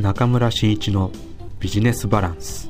中村真一のビジネスバランス。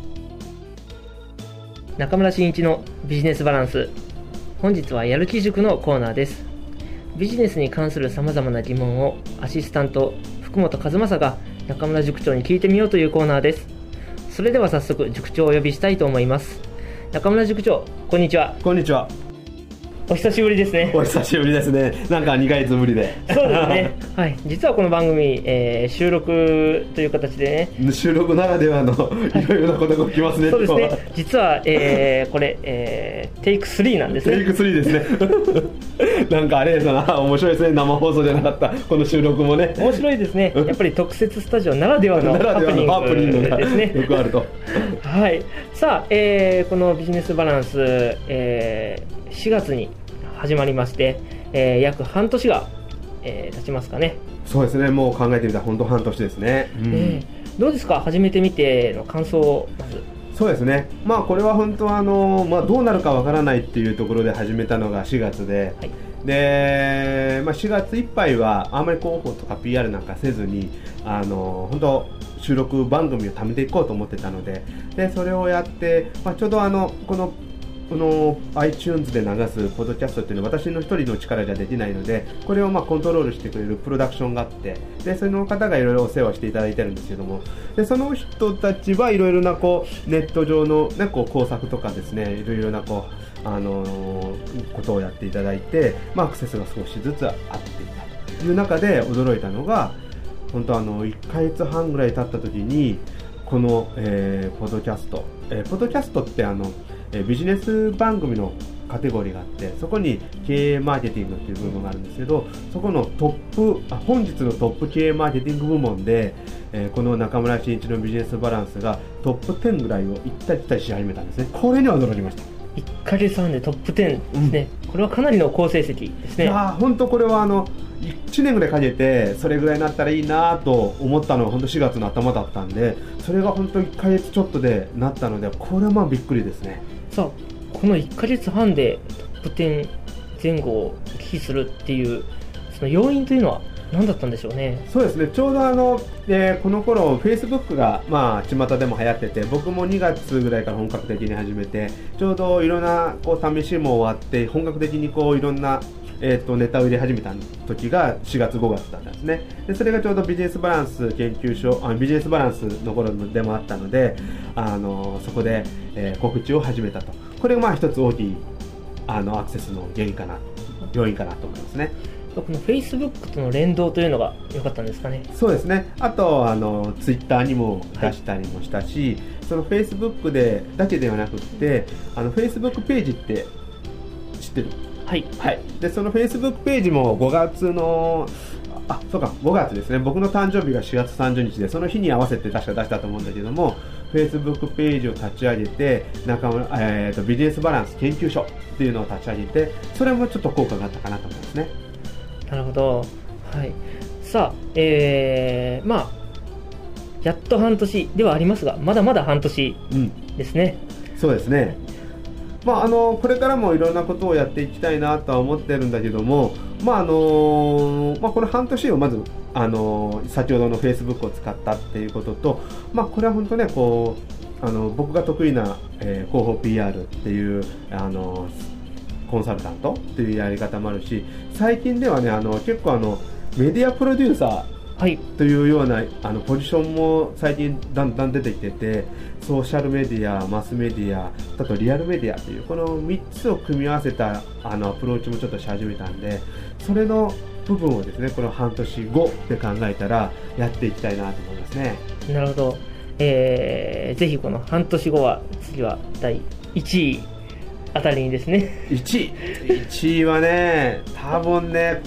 中村真一のビジネスバランス。本日はやる気塾のコーナーです。ビジネスに関するさまざまな疑問をアシスタント福本和正が中村塾長に聞いてみようというコーナーです。それでは早速塾長をお呼びしたいと思います。中村塾長、こんにちは。 こんにちは。 お久しぶりですね。 お久しぶりですね。なんか2ヶ月ぶりで。 そうですね。はい。実はこの番組、収録という形でね。収録ならではのいろいろなことが起きますね。 そうですね。実は、これ、テイク3なんですね。 テイク3ですね。なんかあれですな、面白いですね。生放送じゃなかったこの収録もね。 面白いですね。やっぱり特設スタジオならではのハプニングですね。 よくあると。 はい。さあ、このビジネスバランス、4月に始まりまして、約半年が、経ちますかね。 そうですね。もう考えてみたら本当半年ですね。 どうですか、始めてみての感想をまず。 そうですね。まあこれは本当どうなるかわからないっていうところで始めたのが4月で、はい、で、4月いっぱいはあんまり広報とか PR なんかせずに本当収録番組を貯めていこうと思ってたので、それをやって、ちょうどこの iTunes で流すポッドキャストっていうのは私の一人の力じゃできないので、これをコントロールしてくれるプロダクションがあって、その方がいろいろお世話していただいてるんですけども、その人たちはいろいろなネット上の、工作とかですね、いろいろなことをやっていただいて、アクセスが少しずつ合っていたという中で驚いたのが、本当1ヶ月半ぐらい経った時にこの、ポッドキャストってビジネス番組のカテゴリーがあって、そこに経営マーケティングっていう部分があるんですけど、そこの本日のトップ経営マーケティング部門で、この中村真一のビジネスバランスがトップ10ぐらいを行ったり来たりし始めたんですね。これには驚きました。 1ヶ月半でトップ10ですね。これはかなりの好成績ですね。 いや本当これは1年ぐらいかけてそれぐらいになったらいいなと思ったのが本当4月の頭だったんで、それが本当1ヶ月ちょっとでなったので、これはびっくりですね。 さあ、この1ヶ月半でトップ10前後をお聞きするっていうその要因というのは何だったんでしょうね。 そうですね。ちょうどこの頃 Facebook が巷でも流行ってて、僕も2月ぐらいから本格的に始めて、ちょうどいろんな試しも終わって本格的にいろんなネタを入れ始めた時が4月5月だったんですね。でそれがちょうどビジネスバランス研究所ビジネスバランスの頃でもあったので、そこで、告知を始めたと。これが一つ大きいアクセスの要因かなと思いますね。 この Facebook との連動というのが良かったんですかね。 そうですね。あとTwitter にも出したりもしたし、はい、その Facebook でだけではなくって、Facebook ページって知ってる？ はい、 はい、でその Facebook ページも5月の5月ですね。僕の誕生日が4月30日で、その日に合わせて確か出したと思うんだけども、 Facebook ページを立ち上げてビジネスバランス研究所っていうのを立ち上げて、それもちょっと効果があったかなと思いますね。 なるほど。はい。さあ、やっと半年ではありますが、まだまだ半年ですね。 そうですね。これからもいろんなことをやっていきたいなとは思ってるんだけども、この半年をまず先ほどの Facebook を使ったっていうことと、これは本当ね僕が得意な、広報 PR っていうコンサルタントっていうやり方もあるし、最近ではね結構メディアプロデューサーというようなポジションも最近だんだん出てきてて、ソーシャルメディア、マスメディア、あとリアルメディアというこの3つを組み合わせたアプローチもちょっとし始めたんで、それの部分をですねこの半年後って考えたらやっていきたいなと思いますね。 なるほど。ぜひこの半年後は次は第1位あたりにですね。 1位はね多分ね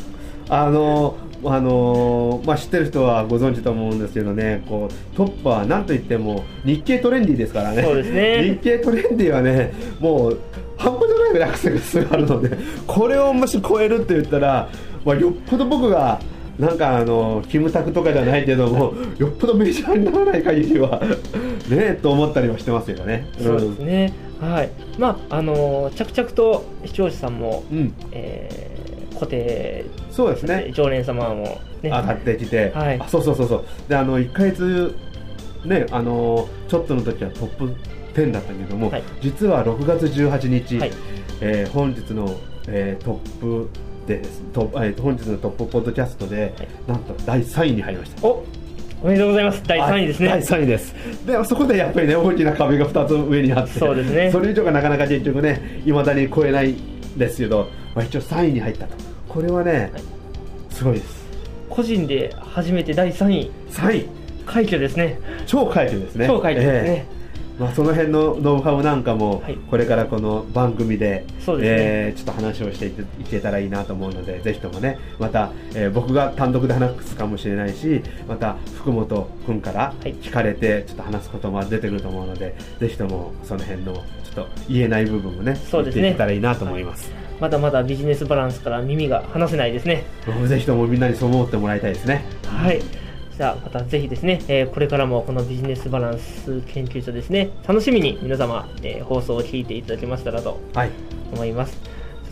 知ってる人はご存知と思うんですけどね、トップは何といっても日経トレンディですからね。 そうですね。 日経トレンディはねもう半端じゃないぐらいアクセスがあるので、これをもし超えるって言ったら、よっぽど僕がなんかキムタクとかじゃないけどもよっぽどメジャーにならない限りはねと思ったりはしてますよね。 そうですね。はい。着々と視聴者さんも、固定そうですね、 常連様も、ね、 上がってきて、 はい、 そうで1ヶ月ねちょっとの時はトップ10だったけども、 はい、 実は6月18日、 はい、 本日の、トップで本日のトップポッドキャストで、はい、なんと第3位に入りました。 おめでとうございます。第3位ですね。 第3位です。でそこでやっぱりね大きな壁が2つ上にあって、 そうですね、 それ以上がなかなか結局ね未だに超えないですけど、一応3位に入ったと。これはね、はい、すごいです。 個人で初めて第3位。 3位快挙ですね。 超快挙ですね。 超快挙ですね。 その辺のノウハウなんかも、はい、これからこの番組で、 そうですね、 ちょっと話をしていけたらいいなと思うので、ぜひともねまた、僕が単独で話すかもしれないし、また福本君から聞かれてちょっと話すことも出てくると思うので、ぜひともその辺のちょっと言えない部分もね言っていけたらいいなと思います。 まだまだビジネスバランスから耳が離せないですね。 ぜひともみんなにそう思ってもらいたいですね。 はい、じゃあまたぜひですね、これからもこのビジネスバランス研究所ですね、楽しみに皆様、放送を聞いていただけましたらと思います。そして、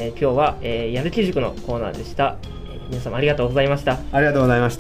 今日は、やる気塾のコーナーでした。皆様ありがとうございました。 ありがとうございました。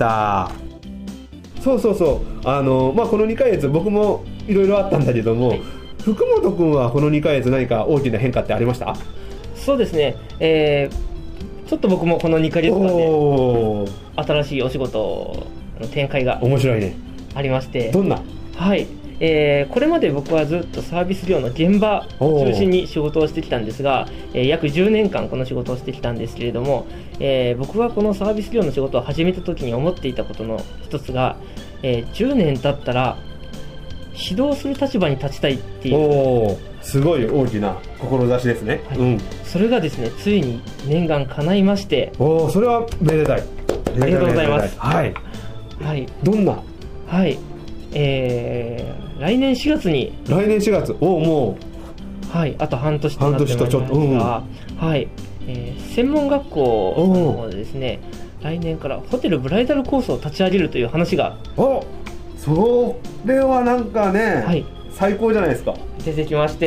そうこの2ヶ月僕もいろいろあったんだけども、はい、福本君はこの2ヶ月何か大きな変化ってありました？ そうですね、ちょっと僕もこの2ヶ月間で新しいお仕事の展開が面白いねありまして。 どんな？ はい、これまで僕はずっとサービス業の現場を中心に仕事をしてきたんですが、約10年間この仕事をしてきたんですけれども、僕はこのサービス業の仕事を始めた時に思っていたことの一つが、10年経ったら指導する立場に立ちたいっていう。 すごい大きな志ですね。 はい、それがですねついに念願叶いまして。 それはめでたい。 ありがとうございます。 はい、 はい、 どんな？ はい、来年4月に。 来年4月もう、はい、あと半年となってまいりますが、はい、専門学校のですね来年からホテルブライダルコースを立ち上げるという話が。 それはなんかね、はい、最高じゃないですか。 出てきまして、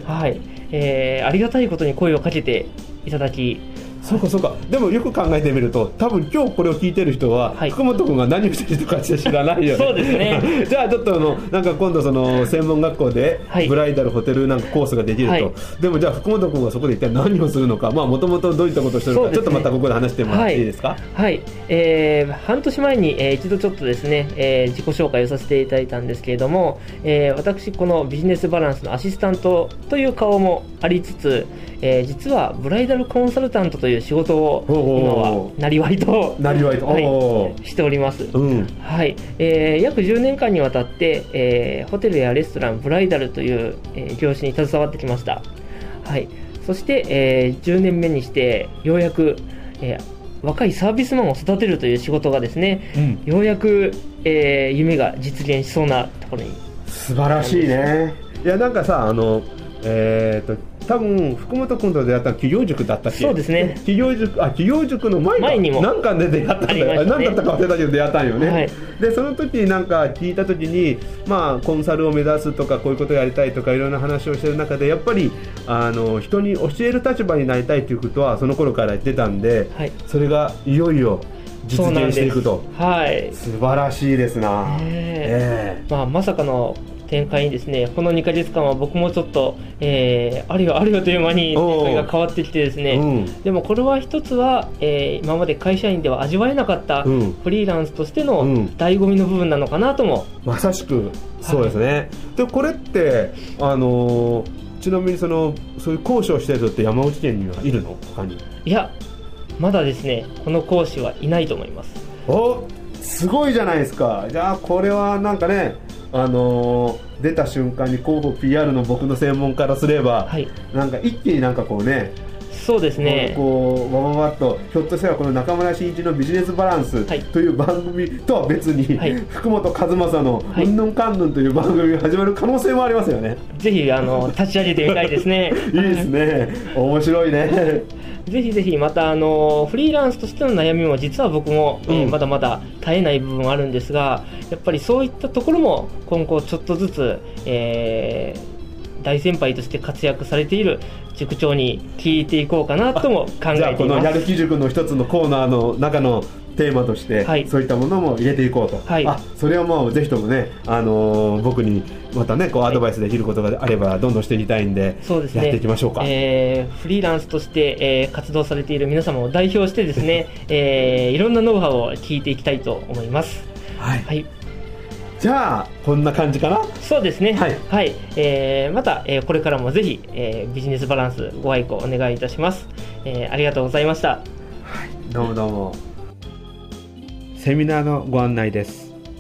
はい、ありがたいことに声をかけていただき。 そうか。でもよく考えてみると、多分今日これを聞いてる人は、はい、福本君が何をしてる人か知らないよね。 そうですね。 じゃあちょっとなんか今度その専門学校でブライダルホテルなんかコースができると、はい、でもじゃあ福本君はそこで一体何をするのか、もともとどういったことをしてるのか、ちょっとまたここで話してもらっていいですか？ はい、半年前に、一度ちょっとですね、自己紹介をさせていただいたんですけれども、私このビジネスバランスのアシスタントという顔もありつつ、実はブライダルコンサルタントという仕事を今はなりわいと、はい、しております。はい、約10年間にわたって、ホテルやレストランブライダルという、業種に携わってきました。はい、そして、10年目にしてようやく、若いサービスマンを育てるという仕事がですね、ようやく、夢が実現しそうなところに。 素晴らしいね。いやなんかさ多分福本君と出会ったの企業塾だったっけ？ そうですね。 企業塾の前にも何かで出会ったんだよ、何だったか忘れたけど出会ったんよね。はい、でその時になんか聞いた時に、コンサルを目指すとかこういうことをやりたいとかいろんな話をしてる中で、やっぱり人に教える立場になりたいということはその頃から言ってたんで、はい、それがいよいよ実現していくと。 はい、 素晴らしいですな。 まさかの展開にですね、この2ヶ月間は僕もちょっと、あるよという間に展開が変わってきてですね、でもこれは一つは、今まで会社員では味わえなかったフリーランスとしての醍醐味の部分なのかなとも。 まさしくそうですね。でこれってちなみにそういう講師をしている人って山口県にはいるの？他に？ いやまだですねこの講師はいないと思います。 すごいじゃないですか。じゃあこれはなんかね出た瞬間に広報 PR の僕の専門からすれば、はい、なんか一気になんかこうね、 そうですね、 わわっとひょっとしたらこの中村真一のビジネスバランスという番組とは別に、はい、福本和正のうんぬんかんぬんという番組が始まる可能性もありますよね。 ぜひ立ち上げてみたいですね。 いいですね。面白いね。 ぜひぜひまたフリーランスとしての悩みも実は僕も、まだまだ絶えない部分はあるんですが、やっぱりそういったところも今後ちょっとずつ、第大先輩として活躍されている塾長に聞いていこうかなとも考えています。 じゃあこのやる気塾の一つのコーナーの中のテーマとして、そういったものも入れていこうと、それはもうぜひともね、僕にまたねこうアドバイスできることがあればどんどんしていきたいんで、そうですね、やっていきましょうか。 フリーランスとして、活動されている皆様を代表してですね、いろんなノウハウを聞いていきたいと思います。 じゃあこんな感じかな。 そうですね。また、これからもぜひ、ビジネスバランスご愛顧お願いいたします。ありがとうございました。 どうもどうも。 セミナーのご案内です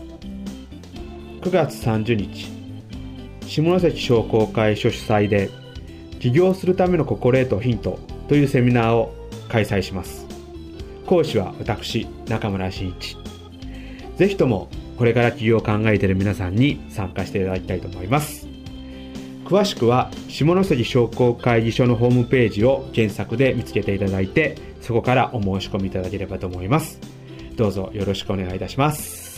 。9月30日、下関商工会所主催で起業するための心得とヒントというセミナーを開催します。講師は私、中村真一。ぜひともこれから起業を考えている皆さんに参加していただきたいと思います。詳しくは下関商工会議所のホームページを検索で見つけていただいて、そこからお申し込みいただければと思います。どうぞよろしくお願いいたします。